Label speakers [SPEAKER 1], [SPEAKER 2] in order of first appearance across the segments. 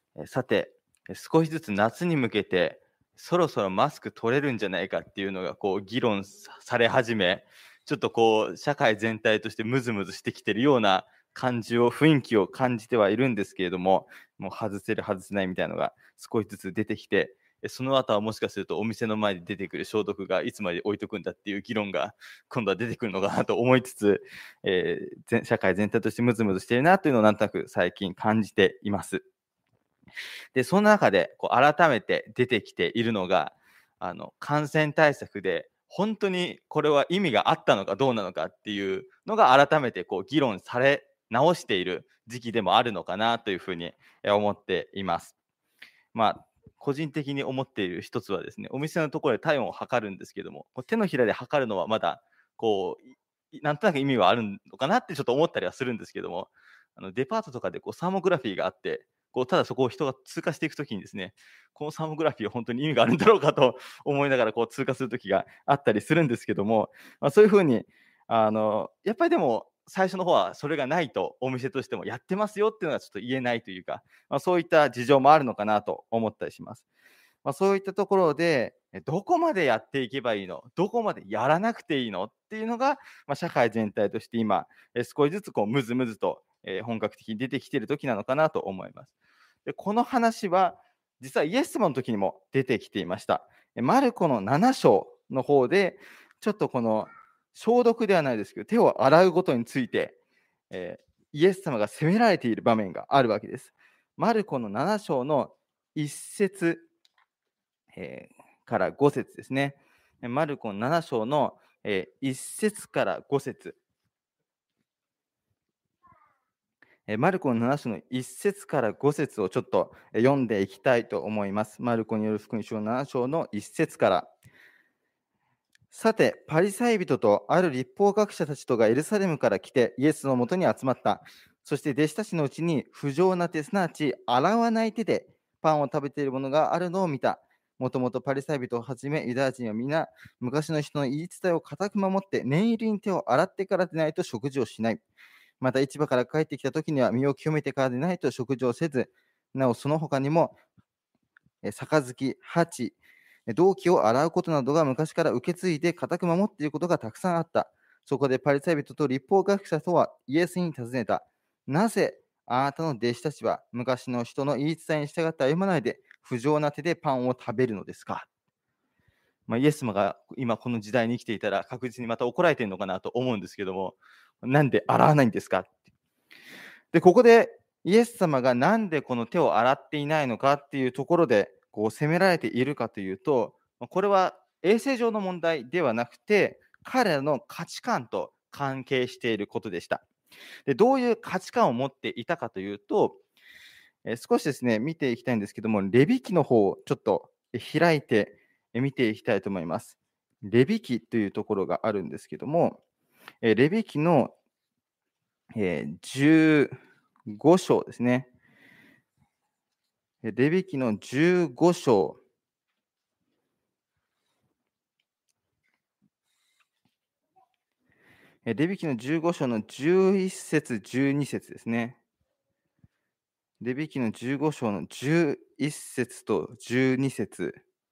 [SPEAKER 1] さて、少しずつ夏に向けて、そろそろマスク取れるんじゃないかっていうのが議論され始め、ちょっと社会全体としてムズムズしてきてるような雰囲気を感じてはいるんですけれども、もう外せる外せないみたいなのが少しずつ出てきて、その後はもしかするとお店の前で出てくる消毒がいつまで置いとくんだっていう議論が今度は出てくるのかなと思いつつ、社会全体としてムズムズしているなというのをなんとなく最近感じています。で、その中で改めて出てきているのが、感染対策で、本当にこれは意味があったのかどうなのかっていうのが改めて議論され直している時期でもあるのかなというふうに思っています。個人的に思っている一つはですね、お店のところで体温を測るんですけども、手のひらで測るのはまだなんとなく意味はあるのかなってちょっと思ったりはするんですけども、デパートとかでサーモグラフィーがあって、ただそこを人が通過していくときにですね、このサーモグラフィーは本当に意味があるんだろうかと思いながら通過する時があったりするんですけども、そういう風にやっぱりでも最初の方はそれがないとお店としてもやってますよっていうのはちょっと言えないというか、そういった事情もあるのかなと思ったりします。そういったところで、どこまでやっていけばいいの、どこまでやらなくていいのっていうのが、社会全体として今、少しずつムズムズと、本格的に出てきている時なのかなと思います。で、この話は、実はイエス様の時にも出てきていました。マルコの7章の方で、ちょっとこの消毒ではないですけど、手を洗うことについて、イエス様が責められている場面があるわけです。マルコの7章の1節から5節ですね。マルコ7章の、1節から5節。マルコの7章の1節から5節をちょっと読んでいきたいと思います。マルコによる福音書7章の1節から。さて、パリサイ人とある律法学者たちとがエルサレムから来てイエスのもとに集まった。そして弟子たちのうちに不浄な手、すなわち洗わない手でパンを食べているものがあるのを見た。もともとパリサイ人をはじめユダヤ人は皆昔の人の言い伝えを固く守って念入りに手を洗ってからでないと食事をしない。また市場から帰ってきた時には身を清めてからでないと食事をせず、なおその他にも杯、鉢、銅器を洗うことなどが昔から受け継いで固く守っていることがたくさんあった。そこでパリサイ人と律法学者とはイエスに尋ねた。なぜあなたの弟子たちは昔の人の言い伝えに従って歩まないで不浄な手でパンを食べるのですか。イエス様が今この時代に生きていたら確実にまた怒られているのかなと思うんですけども、なんで洗わないんですか。で、ここでイエス様がなんでこの手を洗っていないのかっていうところで責められているかというと、これは衛生上の問題ではなくて、彼らの価値観と関係していることでした。で、どういう価値観を持っていたかというと、少しですね、見ていきたいんですけども、レビ記の方をちょっと開いて見ていきたいと思います。レビ記というところがあるんですけども、レビ記の15章ですね。レビ記の15章。レビ記の15章の11節、12節ですね。レビ記の15章の11節と12節。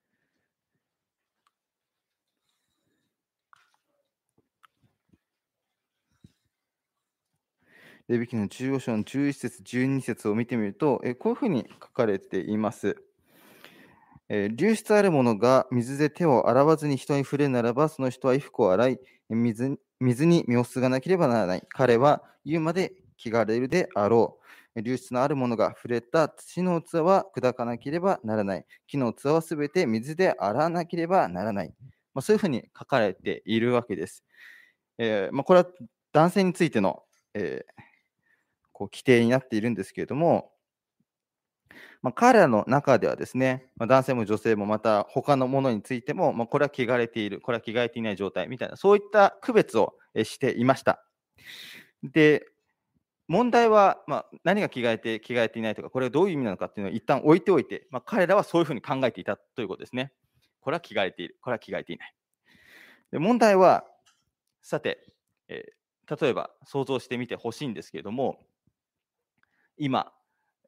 [SPEAKER 1] レビ記の15章の11節、12節を見てみると、こういうふうに書かれています。流出あるものが水で手を洗わずに人に触れるならば、その人は衣服を洗い、水に身をすがなければならない。彼は言うまで汚れるであろう。流出のあるものが触れた土の器は砕かなければならない。木の器はすべて水で洗わなければならない。そういうふうに書かれているわけです。これは男性についての、規定になっているんですけれども、彼らの中ではですね、男性も女性もまた他のものについても、これは汚れている、これは汚れていない状態みたいな、そういった区別をしていました。で、問題は、何が汚れていないとか、これはどういう意味なのかっていうのを一旦置いておいて、彼らはそういうふうに考えていたということですね。これは汚れている、これは汚れていない。で、問題は、さて、例えば想像してみてほしいんですけれども、今、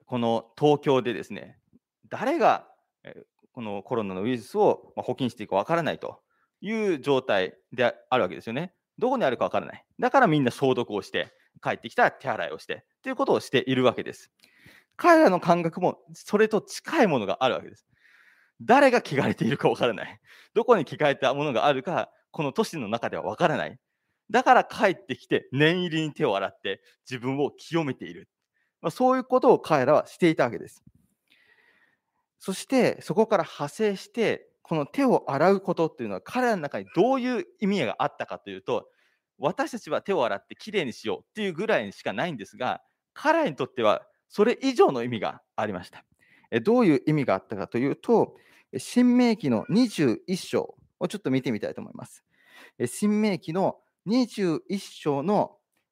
[SPEAKER 1] この東京でですね、誰がこのコロナのウイルスを保菌していくかわからないという状態であるわけですよね。どこにあるかわからない。だからみんな消毒をして、帰ってきたら手洗いをしてということをしているわけです。彼らの感覚もそれと近いものがあるわけです。誰が汚れているかわからない。どこに着替えたものがあるか、この都市の中ではわからない。だから帰ってきて念入りに手を洗って自分を清めている。そういうことを彼らはしていたわけです。そしてそこから派生して、この手を洗うことっていうのは彼らの中にどういう意味があったかというと、私たちは手を洗ってきれいにしようっていうぐらいにしかないんですが、彼らにとってはそれ以上の意味がありました。どういう意味があったかというと、新明記の21章をちょっと見てみたいと思います。新明記の21章の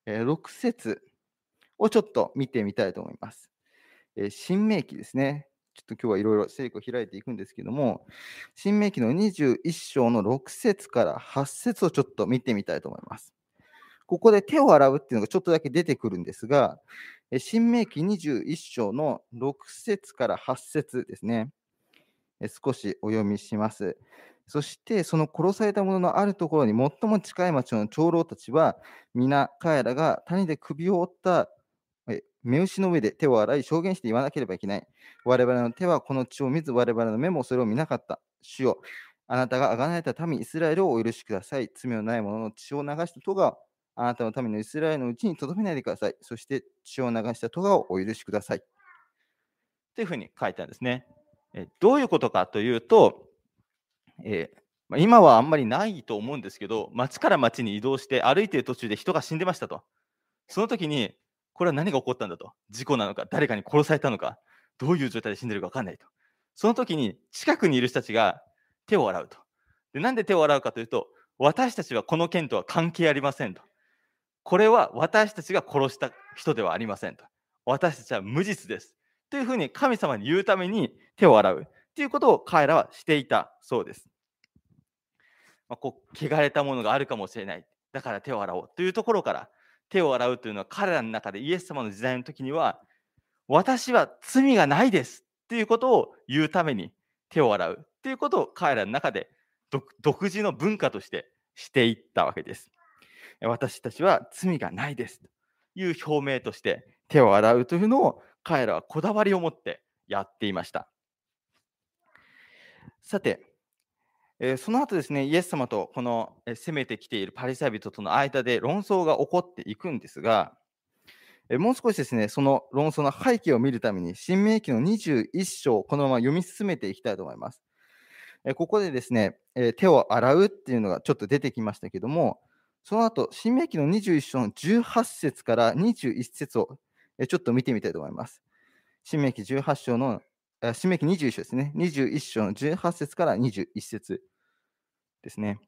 [SPEAKER 1] 6節をちょっと見てみたいと思います。新明記ですね。ちょっと今日はいろいろ聖句を開いていくんですけども、新明記の21章の6節から8節をちょっと見てみたいと思います。ここで手を洗うっていうのがちょっとだけ出てくるんですが、新明記21章の6節から8節ですね。少しお読みします。そして、その殺された者のあるところに最も近い町の長老たちは、皆彼らが谷で首を折った目牛の上で手を洗い、証言して言わなければいけない。我々の手はこの血を見ず、我々の目もそれを見なかった。主よ、あなたが贖られた民イスラエルをお許しください。罪のない者の血を流した咎をあなたの民のイスラエルのうちに留めないでください。そして血を流した咎をお許しください。というふうに書いてあるんですね。どういうことかというと、今はあんまりないと思うんですけど、町から町に移動して歩いている途中で人が死んでましたと。その時に、これは何が起こったんだと。事故なのか、誰かに殺されたのか、どういう状態で死んでるか分かんないと。その時に近くにいる人たちが手を洗うと。で、なんで手を洗うかというと、私たちはこの件とは関係ありませんと。これは私たちが殺した人ではありませんと。私たちは無実です。というふうに神様に言うために手を洗うということを彼らはしていたそうです。こう汚れたものがあるかもしれない。だから手を洗おうというところから手を洗うというのは彼らの中でイエス様の時代の時には私は罪がないですということを言うために手を洗うということを彼らの中で独自の文化としてしていったわけです。私たちは罪がないですという表明として手を洗うというのを彼らはこだわりを持ってやっていました。さて、その後ですね、イエス様とこの攻めてきているパリサイ人との間で論争が起こっていくんですが、もう少しですね、その論争の背景を見るために、新明記の21章、このまま読み進めていきたいと思います。ここでですね、手を洗うっていうのがちょっと出てきましたけども、その後、新明記の21章の18節から21節をちょっと見てみたいと思います。新明記18章の、新明記21章ですね、21章の18節から21節ですね。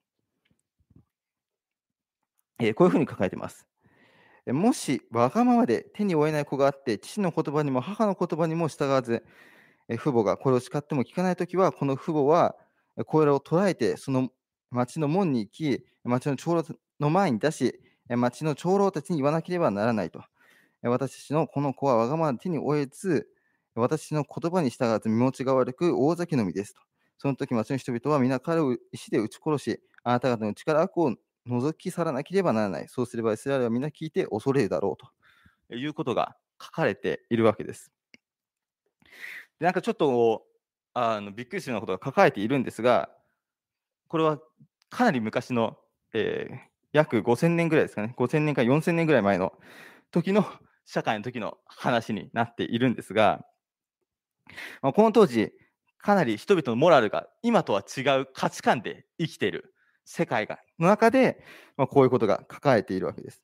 [SPEAKER 1] こういうふうに書かれています。もしわがままで手に負えない子があって、父の言葉にも母の言葉にも従わず、父母がこれを叱っても聞かないときは、この父母はこれを捕らえて、その町の門に行き、町の長老の前に出し、町の長老たちに言わなければならないと。私たちのこの子はわがままで手に負えず、私の言葉に従わず身持ちが悪く大酒飲みですと。その時町の人々は皆彼を石で撃ち殺し、あなた方の内から悪を除き去らなければならない。そうすればイスラエルは皆聞いて恐れるだろうということが書かれているわけです。でなんかちょっとびっくりするようなことが書かれているんですが、これはかなり昔の、約5000年ぐらいですかね、5000年から4000年ぐらい前の時の社会の時の話になっているんですが、この当時、かなり人々のモラルが今とは違う価値観で生きている世界の中で、こういうことが書かれているわけです。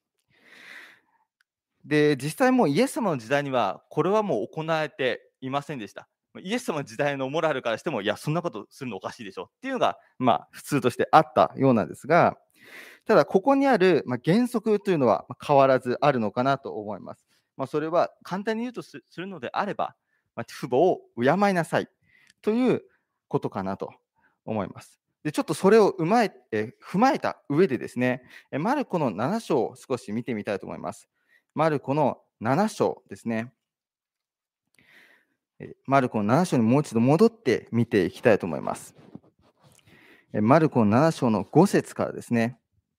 [SPEAKER 1] で、実際もうイエス様の時代には、これはもう行われていませんでした。イエス様の時代のモラルからしても、いや、そんなことするのおかしいでしょっていうのが、普通としてあったようなんですが、ただ、ここにある、原則というのは変わらずあるのかなと思います。それは簡単に言うとするのであれば、父母を敬いなさいということかなと思います。でちょっとそれを踏まえた上でですね、マルコの7章を少し見てみたいと思います。マルコの7章ですね。
[SPEAKER 2] マルコの7章にもう一度戻って見ていきたいと思います。マルコの7章の5節からですね。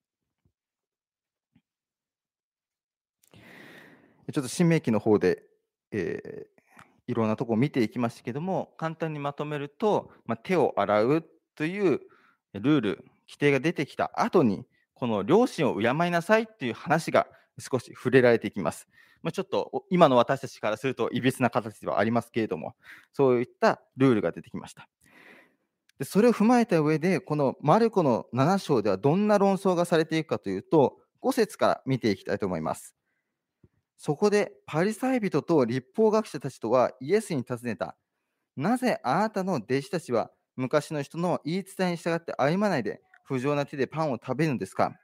[SPEAKER 2] ちょっと新明記の方で、いろんなところを見ていきましたけども、簡単にまとめると、手を洗うというルール、規定が出てきた後に、この良心を敬いなさいという話が少し触れられていきます。ちょっと今の私たちからするといびつな形ではありますけれども、そういったルールが出てきました。でそれを踏まえた上で、このマルコの7章ではどんな論争がされていくかというと、5節から見ていきたいと思います。そこでパリサイ人と律法学者たちとはイエスに尋ねた。なぜあなたの弟子たちは昔の人の言い伝えに従って歩まないで不浄な手でパンを食べるのですか？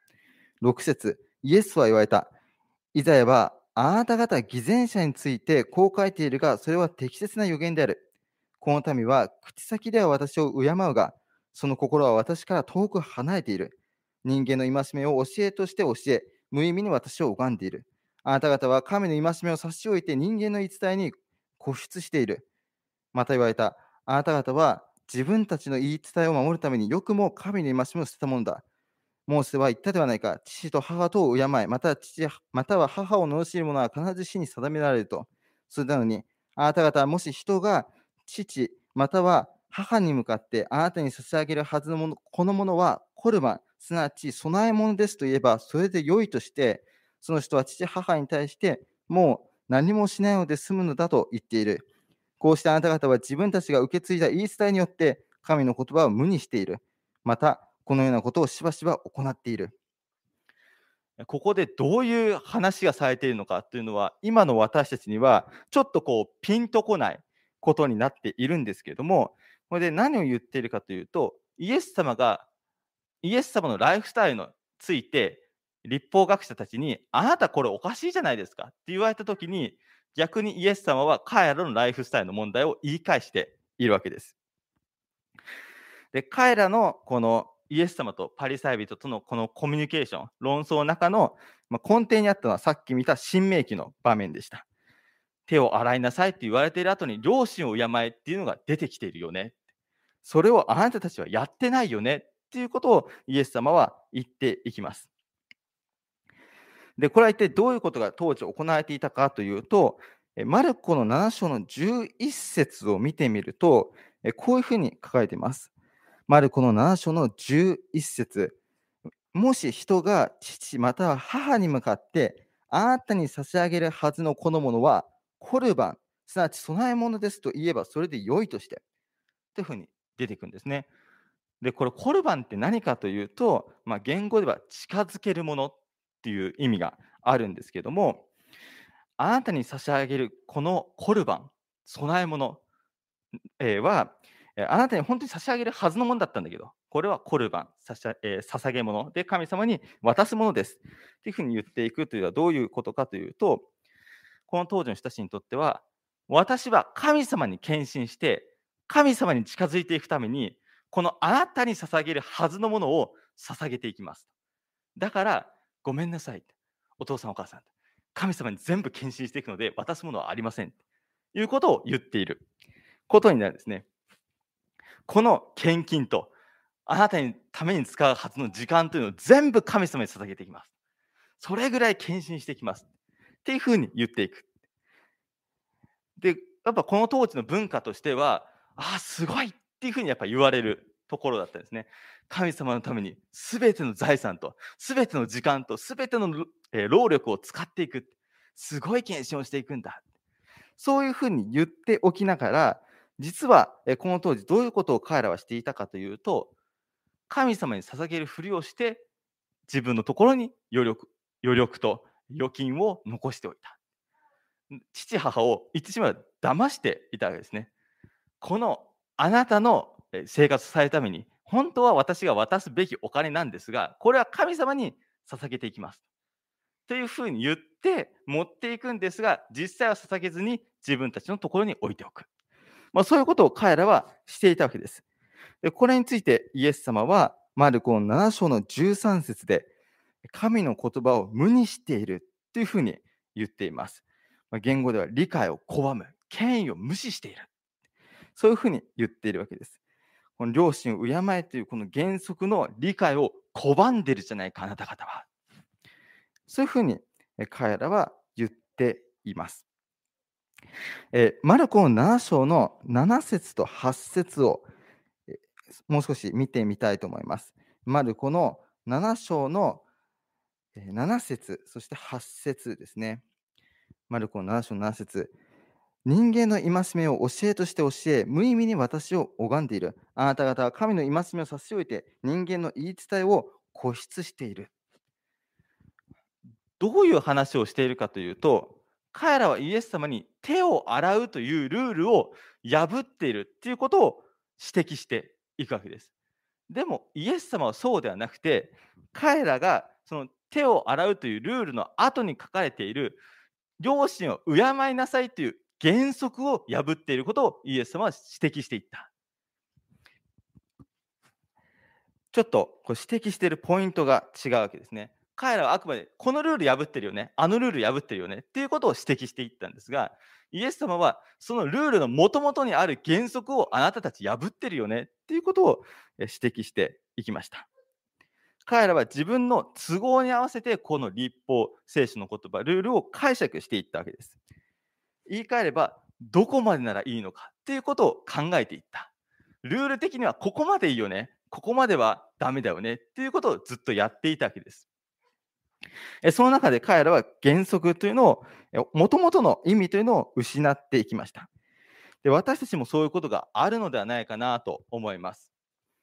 [SPEAKER 2] 6 節イエスは言われた。イザヤはあなた方偽善者についてこう書いているが、それは適切な予言である。この民は口先では私を敬うが、その心は私から遠く離れている。人間の戒めを教えとして教え、無意味に私を拝んでいる。あなた方は神の戒めを差し置いて人間の言い伝えに固執している。また言われた。あなた方は自分たちの言い伝えを守るためによくも神の戒めを捨てたものだ。モーセは言ったではないか。父と母とを敬い、または母を罵る者は必ず死に定められると。それなのに、あなた方はもし人が父または母に向かってあなたに差し上げるはずのもの、このものはコルバン、すなわち供え物ですと言えば、それで良いとして、その人は父母に対してもう何もしないので済むのだと言っている。こうしてあなた方は自分たちが受け継いだ言い伝えによって神の言葉を無にしている。また、このようなことをしばしば行っている。
[SPEAKER 1] ここでどういう話がされているのかというのは、今の私たちにはちょっとピンとこないことになっているんですけれども、これで何を言っているかというと、イエス様のライフスタイルについて、律法学者たちに、あなたこれおかしいじゃないですかって言われたときに、逆にイエス様は彼らのライフスタイルの問題を言い返しているわけです。で、彼らのこのイエス様とパリサイ人とのこのコミュニケーション、論争の中の根底にあったのはさっき見た新明記の場面でした。手を洗いなさいって言われている後に良心を敬えっていうのが出てきているよね。それをあなたたちはやってないよねっていうことをイエス様は言っていきます。で、これは一体どういうことが当時行われていたかというと、マルコの7章の11節を見てみると、こういうふうに書かれています。マルコの7章の11節もし人が父または母に向かってあなたに差し上げるはずのこのものはコルバン、すなわち供え物ですと言えばそれで良いとして、というふうに出てくるんですね。で、これコルバンって何かというと、言語では近づけるものっていう意味があるんですけども、あなたに差し上げるこのコルバン、供え物は、あなたに本当に差し上げるはずのものだったんだけど、これはコルバン、捧げ物で神様に渡すものです。というふうに言っていくというのはどういうことかというと、この当時の人たちにとっては、私は神様に献身して、神様に近づいていくために、このあなたに捧げるはずのものを捧げていきます。だから、ごめんなさい。お父さんお母さん。神様に全部献身していくので、渡すものはありません。ということを言っていることになるんですね。この献金と、あなたにために使うはずの時間というのを全部神様に捧げていきます。それぐらい献身していきます。っていうふうに言っていく。で、やっぱこの当時の文化としては、ああ、すごいっていうふうにやっぱ言われるところだったんですね。神様のために全ての財産と、全ての時間と、全ての労力を使っていく。すごい献身をしていくんだ。そういうふうに言っておきながら、実はこの当時どういうことを彼らはしていたかというと、神様に捧げるふりをして、自分のところに余力と預金を残しておいた。父母を言ってしまえば騙していたわけですね。このあなたの生活をされるために、本当は私が渡すべきお金なんですが、これは神様に捧げていきます。というふうに言って持っていくんですが、実際は捧げずに自分たちのところに置いておく。そういうことを彼らはしていたわけです。でこれについてイエス様はマルコの7章の13節で、神の言葉を無にしているというふうに言っています。言語では理解を拒む、
[SPEAKER 2] 権威を無視している。そういうふうに言っているわけです。この両親を敬えというこの原則の理解を拒んでいるじゃないか、あなた方は。そういうふうに彼らは言っています。マルコの7章の7節と8節をもう少し見てみたいと思います。マルコの7章の7節、そして8節ですね。マルコの7章の7節。人間の戒めを教えとして教え、無意味に私を拝んでいる。あなた方は神の戒めを差し置いて、人間の言い伝えを固執している。どういう話をしているかというと、彼らはイエス様に手を洗うというルールを破っているっていうことを指摘していくわけです。でもイエス様はそうではなくて、彼らがその手を洗うというルールの後に書かれている両親を敬いなさいという原則を破っていることをイエス様は指摘していった。ちょっとこう指摘しているポイントが違うわけですね。彼らはあくまでこのルール破ってるよね、あのルール破ってるよねっていうことを指摘していったんですが、イエス様はそのルールの元々にある原則をあなたたち破ってるよねっていうことを指摘していきました。彼らは自分の都合に合わせてこの律法、聖書の言葉、ルールを解釈していったわけです。言い換えれば、どこまでならいいのかっていうことを考えていった。ルール的にはここまでいいよね、ここまではダメだよねっていうことをずっとやっていたわけです。その中で彼らは原則というのを、もともとの意味というのを失っていきました。で、私たちもそういうことがあるのではないかなと思います。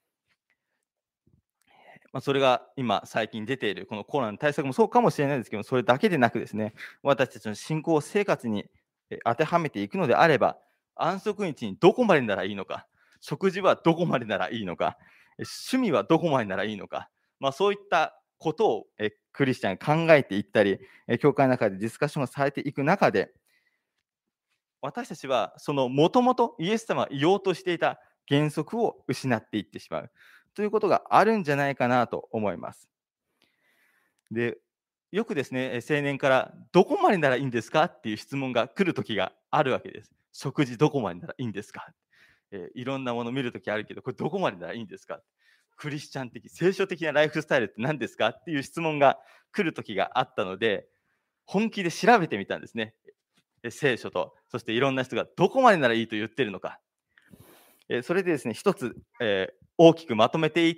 [SPEAKER 2] それが今最近出ているこのコロナの対策もそうかもしれないですけど、それだけでなくですね、私たちの信仰生活に当てはめていくのであれば、安息日にどこまでならいいのか、食事はどこまでならいいのか、趣味はどこまでならいいのか、そういったことをクリスチャンが考えていったり、教会の中でディスカッションがされていく中で、私たちはそのもともとイエス様が言おうとしていた原則を失っていってしまうということがあるんじゃないかなと思います。で、よくですね、青年からどこまでならいいんですかっていう質問が来るときがあるわけです。食事どこまでならいいんですか、いろんなもの見るときあるけど、これどこまでならいいんですか、クリスチャン的、聖書的なライフスタイルって何ですかっていう質問が来るときがあったので、本気で調べてみたんですね。聖書と、そしていろんな人がどこまでならいいと言ってるのか。それでですね、一つ、大きくまとめていって、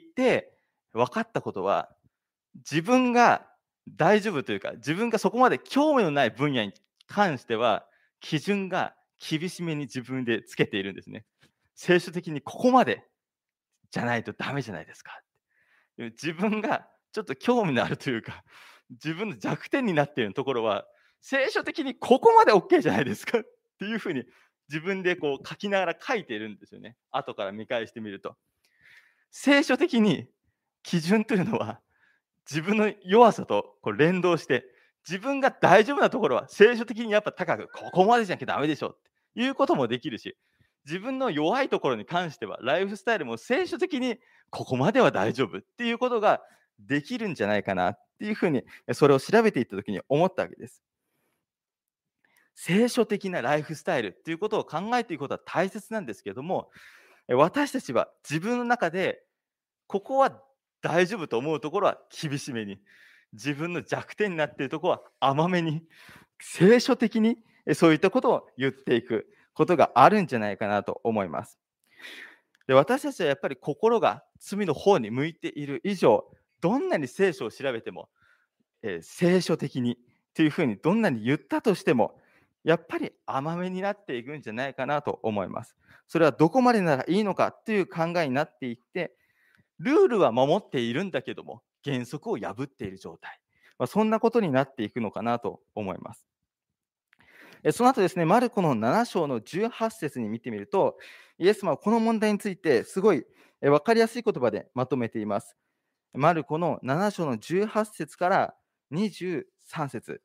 [SPEAKER 2] 分かったことは、自分が大丈夫というか、自分がそこまで興味のない分野に関しては、基準が厳しめに自分でつけているんですね。聖書的にここまでじゃないとダメじゃないですか。自分がちょっと興味のあるというか、自分の弱点になっているところは、聖書的にここまで OK じゃないですかっていうふうに自分でこう書きながら書いているんですよね。後から見返してみると。聖書的に基準というのは自分の弱さとこう連動して、自分が大丈夫なところは聖書的にやっぱ高く、ここまでじゃなきゃダメでしょっていうこともできるし、自分の弱いところに関してはライフスタイルも聖書的にここまでは大丈夫っていうことができるんじゃないかなっていうふうに、それを調べていった時に思ったわけです。聖書的なライフスタイルっていうことを考えていくことは大切なんですけども、私たちは自分の中でここは大丈夫と思うところは厳しめに、自分の弱点になっているところは甘めに、聖書的にそういったことを言っていくことがあるんじゃないかなと思います。で、私たちはやっぱり心が罪の方に向いている以上、どんなに聖書を調べても、聖書的にというふうにどんなに言ったとしても、やっぱり甘めになっていくんじゃないかなと思います。それはどこまでならいいのかという考えになっていって、ルールは守っているんだけども、原則を破っている状態。そんなことになっていくのかなと思います。その後ですね、マルコの7章の18節に見てみると、イエス様はこの問題についてすごい分かりやすい言葉でまとめています。マルコの7章の18節から23節。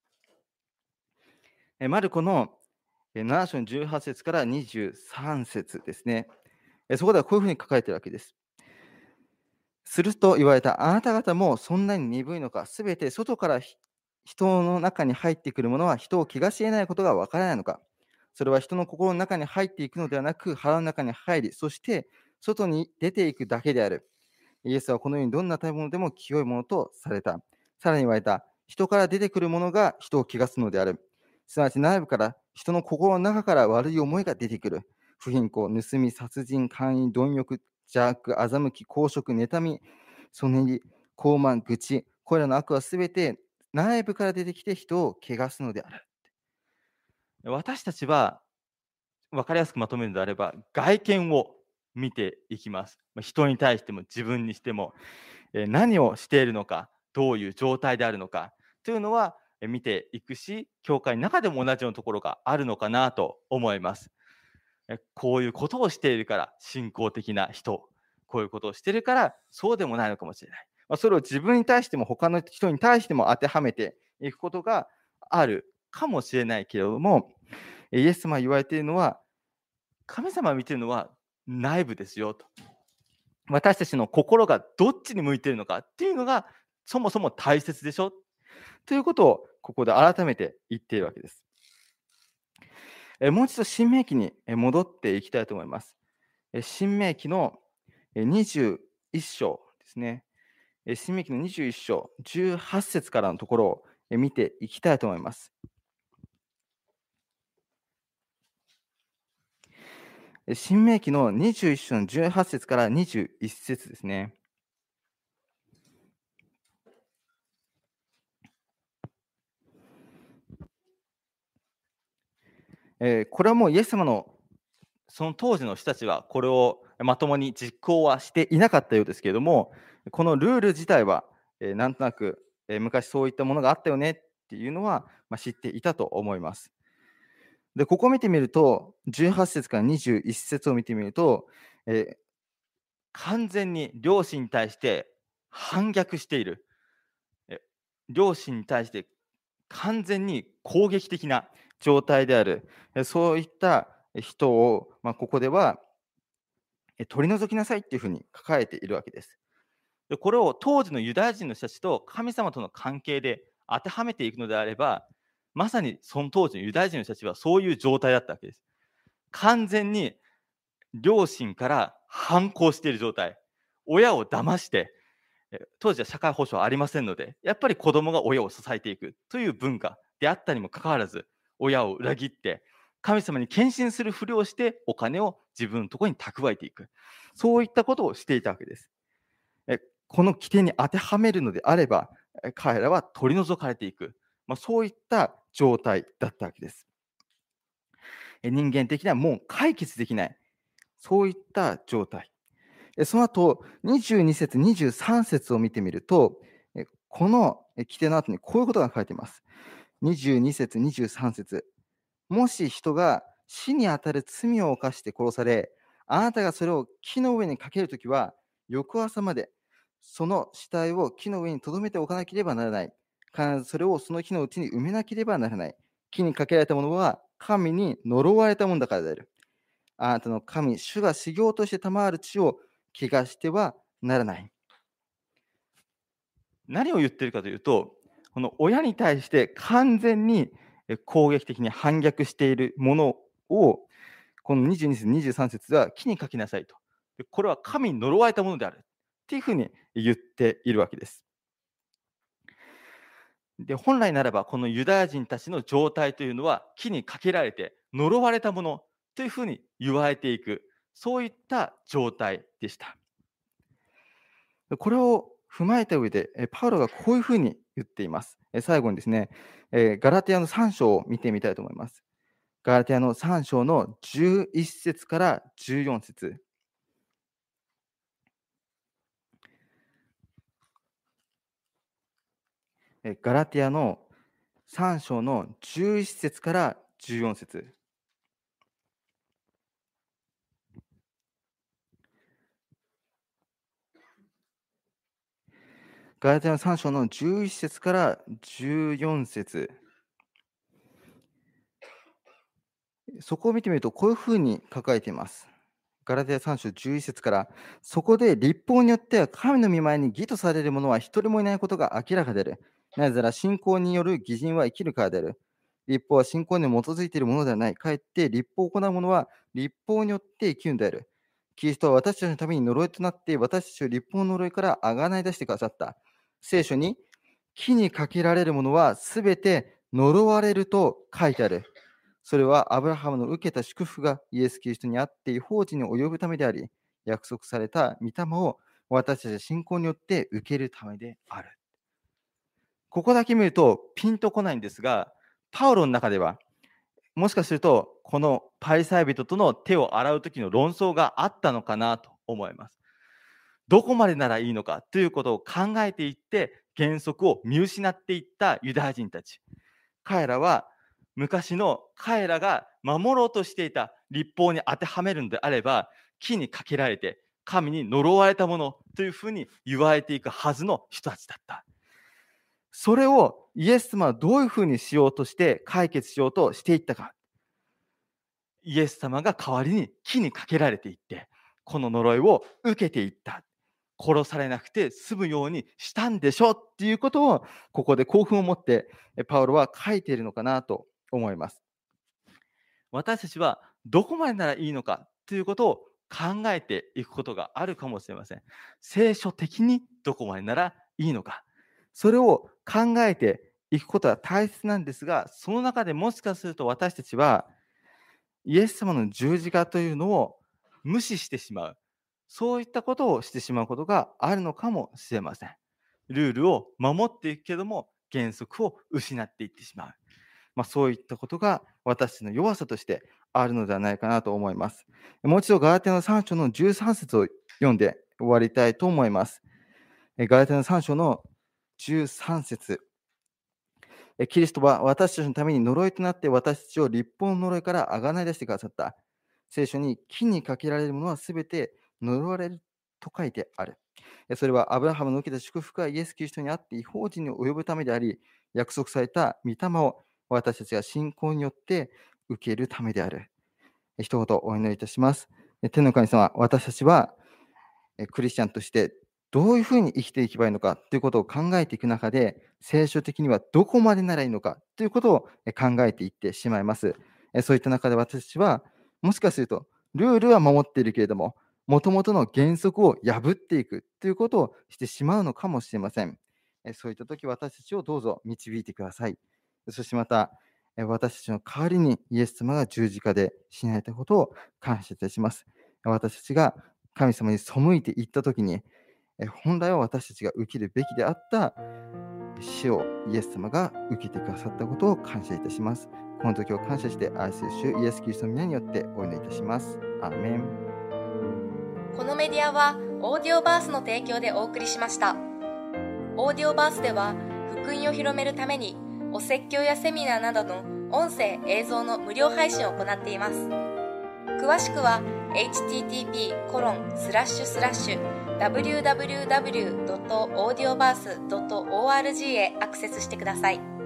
[SPEAKER 2] マルコの7章の18節から23節ですね。そこではこういうふうに書かれているわけです。すると言われた。あなた方もそんなに鈍いのか。すべて外から人の中に入ってくるものは人を汚し得ないことがわからないのか。 それは人の心の中に入っていくのではなく、腹の中に入り、そして外に出ていくだけである。イエスはこのようにどんな食べ物でも清いものとされた。さらに言われた。人から出てくるものが人を汚すのである。すなわち内部から人の心の中から悪い思いが出てくる。不貧困、盗み、殺人、姦淫、貪欲、邪悪、欺き、公職、妬み、そねぎ、傲慢、愚痴、これらの悪はすべて内部から出てきて人を汚すのである。
[SPEAKER 1] 私たちは分かりやすくまとめるのであれば、外見を見ていきます。人に対しても自分にしても、何をしているのか、どういう状態であるのかというのは見ていくし、教会の中でも同じようなところがあるのかなと思います。こういうことをしているから信仰的な人、こういうことをしているからそうでもないのかもしれない。それを自分に対しても他の人に対しても当てはめていくことがあるかもしれないけれども、イエス様が言われているのは、神様が見ているのは内部ですよと。私たちの心がどっちに向いているのかっていうのがそもそも大切でしょということをここで改めて言っているわけです。もう一度新明記に戻っていきたいと思います。新明記の21章ですね。新明記の21章、18節からのところを見ていきたいと思います。新明記の21章の18節から21節ですね。これはもうイエス様のその当時の人たちはこれをまともに実行はしていなかったようですけれども、このルール自体はなんとなく昔そういったものがあったよねっていうのは知っていたと思います。で、ここを見てみると、18節から21節を見てみると、完全に両親に対して反逆している。両親に対して完全に攻撃的な状態である。そういった人を、ここでは取り除きなさいっていうふうに書かれているわけです。でこれを当時のユダヤ人の人たちと神様との関係で当てはめていくのであれば、まさにその当時のユダヤ人の人たちはそういう状態だったわけです。完全に両親から反抗している状態。親を騙して、当時は社会保障ありませんので、やっぱり子供が親を支えていくという文化であったにもかかわらず、親を裏切って、神様に献身するふりをしてお金を自分のところに蓄えていく。そういったことをしていたわけです。この規定に当てはめるのであれば、彼らは取り除かれていく。そういった状態だったわけです。人間的にはもう解決できない。そういった状態。その後、22節、23節を見てみると、この規定の後にこういうことが書かれています。22節、23節。もし人が死にあたる罪を犯して殺され、あなたがそれを木の上にかけるときは、翌朝までその死体を木の上に留めておかなければならない。必ずそれをその木のうちに埋めなければならない。木にかけられたものは神に呪われたものだからである。あなたの神、主が修行として賜る地を汚してはならない。何を言っているかというと、この親に対して完全に攻撃的に反逆しているものを、この22節、23節では木に書きなさいと。これは神に呪われたものであるっていうふうに言っているわけです。で、本来ならばこのユダヤ人たちの状態というのは木にかけられて呪われたものというふうに言われていく、そういった状態でした。これを踏まえた上で、パウロがこういうふうに言っています。最後にですね、ガラテヤの3章を見てみたいと思います。ガラテヤの3章の11節から14節。ガラテヤの3章の11節から14節。ガラテヤの3章の11節から14節。そこを見てみると、こういうふうに書かれています。ガラテヤ3章11節から、そこで立法によっては神の御前に義とされる者は一人もいないことが明らかである。なぜなら信仰による義人は生きるからである。
[SPEAKER 2] 律法は信仰に基づいているものではない。かえって律法を行う者は律法によって生きるのである。キリストは私たちのために呪いとなって、私たちを律法の呪いからあがない出してくださった。聖書に、木にかけられるものはすべて呪われると書いてある。それはアブラハムの受けた祝福がイエス・キリストにあって違法人に及ぶためであり、約束された御霊を私たちの信仰によって受けるためである。ここだけ見るとピンとこないんですが、パウロの中では、もしかするとこのパリサイ人との手を洗う時の論争があったのかなと思います。どこまでならいいのかということを考えていって、原則を見失っていったユダヤ人たち。彼らは昔の彼らが守ろうとしていた律法に当てはめるのであれば、木にかけられて神に呪われたものというふうに言われていくはずの人たちだった。それをイエス様はどういうふうにしようとして解決しようとしていったか。イエス様が代わりに木にかけられていって、この呪いを受けていった。殺されなくて済むようにしたんでしょっていうことを、ここで興奮を持ってパウロは書いているのかなと思います。私たちはどこまでならいいのかということを考えていくことがあるかもしれません。聖書的にどこまでならいいのか。それを考えていくことは大切なんですが、その中でもしかすると私たちはイエス様の十字架というのを無視してしまう。そういったことをしてしまうことがあるのかもしれません。ルールを守っていくけども、原則を失っていってしまう。そういったことが私たちの弱さとしてあるのではないかなと思います。もう一度ガラテヤの3章の13節を読んで終わりたいと思います。ガラテヤの3章の13節。キリストは私たちのために呪いとなって私たちを律法の呪いからあがない出してくださった。聖書に木にかけられるものはすべて呪われると書いてある。それはアブラハムの受けた祝福がイエス・キリストにあって違法人に及ぶためであり、約束された御霊を私たちが信仰によって受けるためである。一言お祈りいたします。天の神様、私たちはクリスチャンとしてどういうふうに生きていけばいいのかということを考えていく中で、聖書的にはどこまでならいいのかということを考えていってしまいます。そういった中で私たちは、もしかするとルールは守っているけれども、もともとの原則を破っていくということをしてしまうのかもしれません。そういった時、私たちをどうぞ導いてください。そしてまた、私たちの代わりにイエス様が十字架で死なれたことを感謝いたします。私たちが神様に背いていったときに、本来は私たちが受けるべきであった死をイエス様が受けてくださったことを感謝いたします。この時を感謝して愛する主イエス・キリストの皆によってお祈りいたします。アーメン。
[SPEAKER 3] このメディアはオーディオバースの提供でお送りしました。オーディオバースでは福音を広めるためにお説教やセミナーなどの音声・映像の無料配信を行っています。詳しくは http://www.audioverse.org へアクセスしてください。